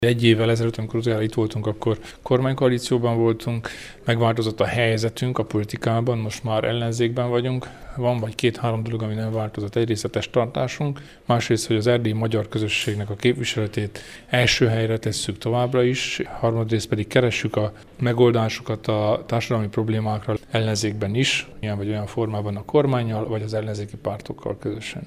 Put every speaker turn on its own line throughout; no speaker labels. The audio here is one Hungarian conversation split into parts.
Egy évvel ezelőtt, amikor utoljára itt voltunk, akkor kormánykoalícióban voltunk, megváltozott a helyzetünk a politikában, most már ellenzékben vagyunk. Van vagy 2-3 dolog, ami nem változott. Egyrészt a testtartásunk, másrészt, hogy az erdélyi magyar közösségnek a képviseletét első helyre tesszük továbbra is, harmadrészt pedig keressük a megoldásokat a társadalmi problémákra ellenzékben is, ilyen vagy olyan formában a kormánnyal, vagy az ellenzéki pártokkal közösen.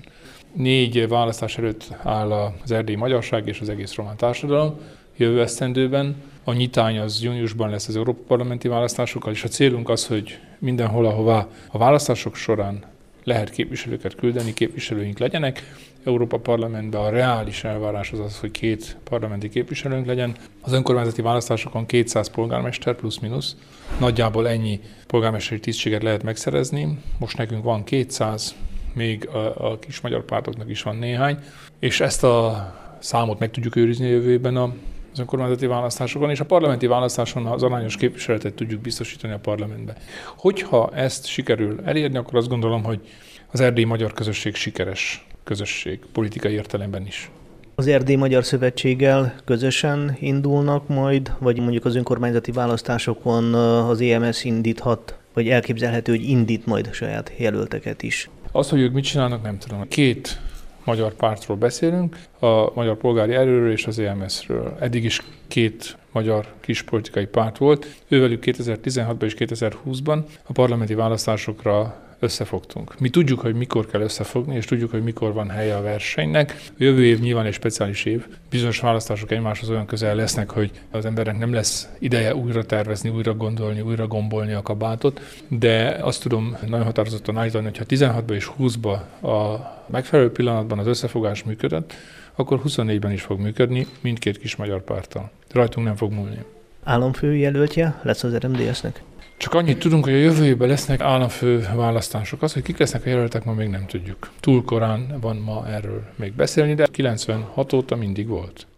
4 választás előtt áll az erdélyi magyarság és az egész román társadalom jövő esztendőben. A nyitány az júniusban lesz az Európa Parlamenti választásokkal, és a célunk az, hogy mindenhol, ahová a választások során lehet képviselőket küldeni, képviselőink legyenek. Európa Parlamentben a reális elvárás az, hogy 2 parlamenti képviselőnk legyen. Az önkormányzati választásokon 200 polgármester plusz-minusz. Nagyjából ennyi polgármesteri tisztséget lehet megszerezni. Most nekünk van 200, még a kis magyar pártoknak is van néhány, és ezt a számot meg tudjuk őrizni a jövőben az önkormányzati választásokon, és a parlamenti választáson az arányos képviseletet tudjuk biztosítani a parlamentbe. Hogyha ezt sikerül elérni, akkor azt gondolom, hogy az erdélyi magyar közösség sikeres közösség, politikai értelemben is.
Az Erdélyi Magyar Szövetséggel közösen indulnak majd, vagy mondjuk az önkormányzati választásokon az EMS indíthat, vagy elképzelhető, hogy indít majd saját jelölteket is?
Az, hogy ők mit csinálnak, nem tudom. 2 magyar pártról beszélünk, a Magyar Polgári Erőről és az EMS-ről. Eddig is 2 magyar kispolitikai párt volt. Ővelük 2016-ban és 2020-ban a parlamenti választásokra összefogtunk. Mi tudjuk, hogy mikor kell összefogni, és tudjuk, hogy mikor van helye a versenynek. A jövő év nyilván egy speciális év. Bizonyos választások egymáshoz olyan közel lesznek, hogy az embernek nem lesz ideje újra tervezni, újra gondolni, újra gombolni a kabátot, de azt tudom nagyon határozottan állítani, hogy ha 16-ban és 20-ban a megfelelő pillanatban az összefogás működött, akkor 24-ben is fog működni mindkét kis magyar párttal. Rajtunk nem fog múlni.
Államfő jelöltje lesz az RMDS-nek?
Csak annyit tudunk, hogy a jövő évben lesznek államfő választások. Az, hogy kik lesznek a jelöltek, ma még nem tudjuk. Túl korán van ma erről még beszélni, de 96 óta mindig volt.